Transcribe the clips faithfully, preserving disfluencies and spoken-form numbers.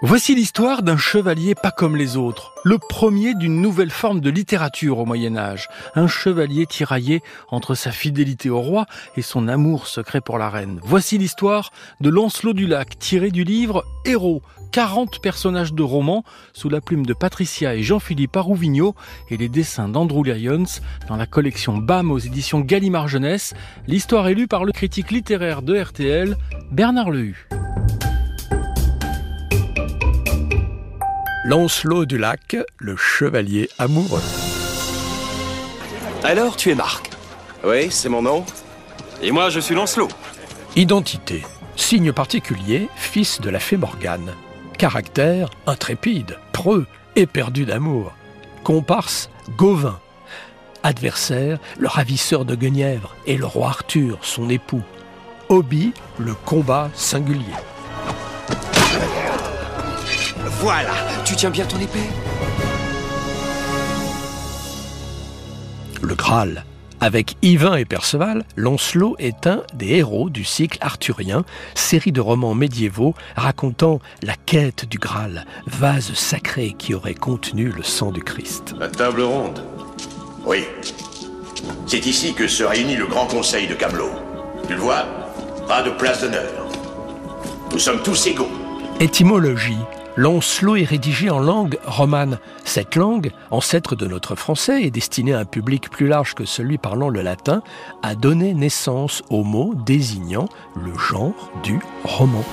Voici l'histoire d'un chevalier pas comme les autres, le premier d'une nouvelle forme de littérature au Moyen-Âge, un chevalier tiraillé entre sa fidélité au roi et son amour secret pour la reine. Voici l'histoire de Lancelot du Lac, tiré du livre Héros, quarante personnages de romans sous la plume de Patricia et Jean-Philippe Arouvignaud et les dessins d'Andrew Lyons dans la collection B A M aux éditions Gallimard Jeunesse. L'histoire est lue par le critique littéraire de R T L, Bernard Lehu. Lancelot du Lac, le chevalier amoureux. Alors, tu es Marc? Oui, c'est mon nom. Et moi, je suis Lancelot. Identité, signe particulier, fils de la fée Morgane. Caractère, intrépide, preux, éperdu d'amour. Comparse, Gauvin. Adversaire, le ravisseur de Guenièvre et le roi Arthur, son époux. Hobby, le combat singulier. Voilà, tu tiens bien ton épée? Le Graal. Avec Yvain et Perceval, Lancelot est un des héros du cycle arthurien, série de romans médiévaux racontant la quête du Graal, vase sacré qui aurait contenu le sang du Christ. La table ronde. Oui. C'est ici que se réunit le grand conseil de Camelot. Tu le vois, pas de place d'honneur. Nous sommes tous égaux. Étymologie. Lancelot est rédigé en langue romane. Cette langue, ancêtre de notre français et destinée à un public plus large que celui parlant le latin, a donné naissance au mot désignant le genre du roman.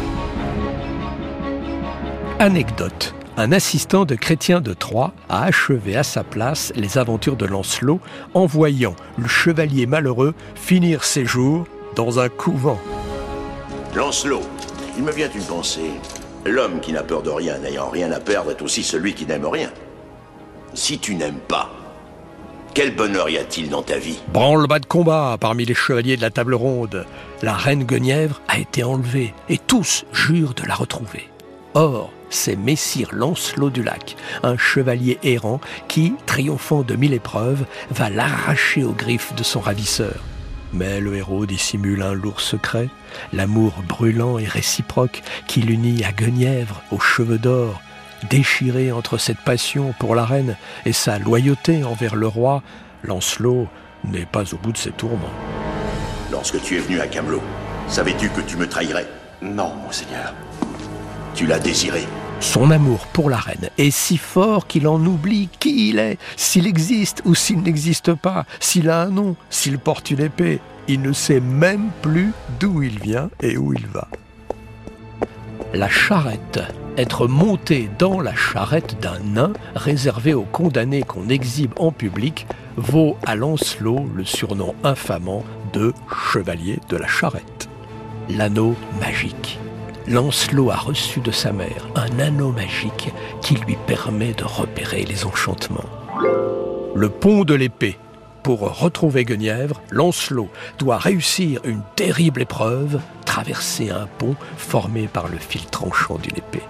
Anecdote. Un assistant de Chrétien de Troyes a achevé à sa place les aventures de Lancelot en voyant le chevalier malheureux finir ses jours dans un couvent. Lancelot, il me vient une pensée. L'homme qui n'a peur de rien, n'ayant rien à perdre, est aussi celui qui n'aime rien. Si tu n'aimes pas, quel bonheur y a-t-il dans ta vie? Branle-bas de combat parmi les chevaliers de la table ronde. La reine Guenièvre a été enlevée et tous jurent de la retrouver. Or, c'est Messire Lancelot du Lac, un chevalier errant qui, triomphant de mille épreuves, va l'arracher aux griffes de son ravisseur. Mais le héros dissimule un lourd secret, l'amour brûlant et réciproque qui l'unit à Guenièvre, aux cheveux d'or. Déchiré entre cette passion pour la reine et sa loyauté envers le roi, Lancelot n'est pas au bout de ses tourments. Lorsque tu es venu à Camelot, savais-tu que tu me trahirais? Non, monseigneur. Tu l'as désiré. Son amour pour la reine est si fort qu'il en oublie qui il est, s'il existe ou s'il n'existe pas, s'il a un nom, s'il porte une épée. Il ne sait même plus d'où il vient et où il va. La charrette. Être monté dans la charrette d'un nain réservé aux condamnés qu'on exhibe en public vaut à Lancelot le surnom infamant de chevalier de la charrette. L'anneau magique. Lancelot a reçu de sa mère un anneau magique qui lui permet de repérer les enchantements. Le pont de l'épée. Pour retrouver Guenièvre, Lancelot doit réussir une terrible épreuve, traverser un pont formé par le fil tranchant d'une épée.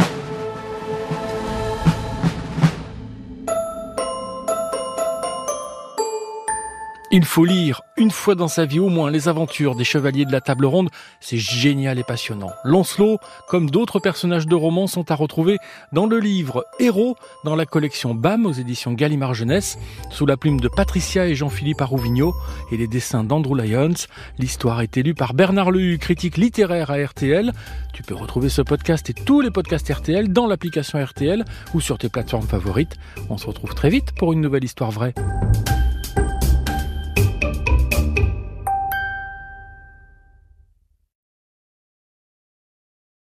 Il faut lire une fois dans sa vie au moins les aventures des chevaliers de la table ronde, c'est génial et passionnant. Lancelot, comme d'autres personnages de romans, sont à retrouver dans le livre Héros, dans la collection B A M aux éditions Gallimard Jeunesse, sous la plume de Patricia et Jean-Philippe Arouvignaud et les dessins d'Andrew Lyons. L'histoire est élue par Bernard Lehu, critique littéraire à R T L. Tu peux retrouver ce podcast et tous les podcasts R T L dans l'application R T L ou sur tes plateformes favorites. On se retrouve très vite pour une nouvelle histoire vraie.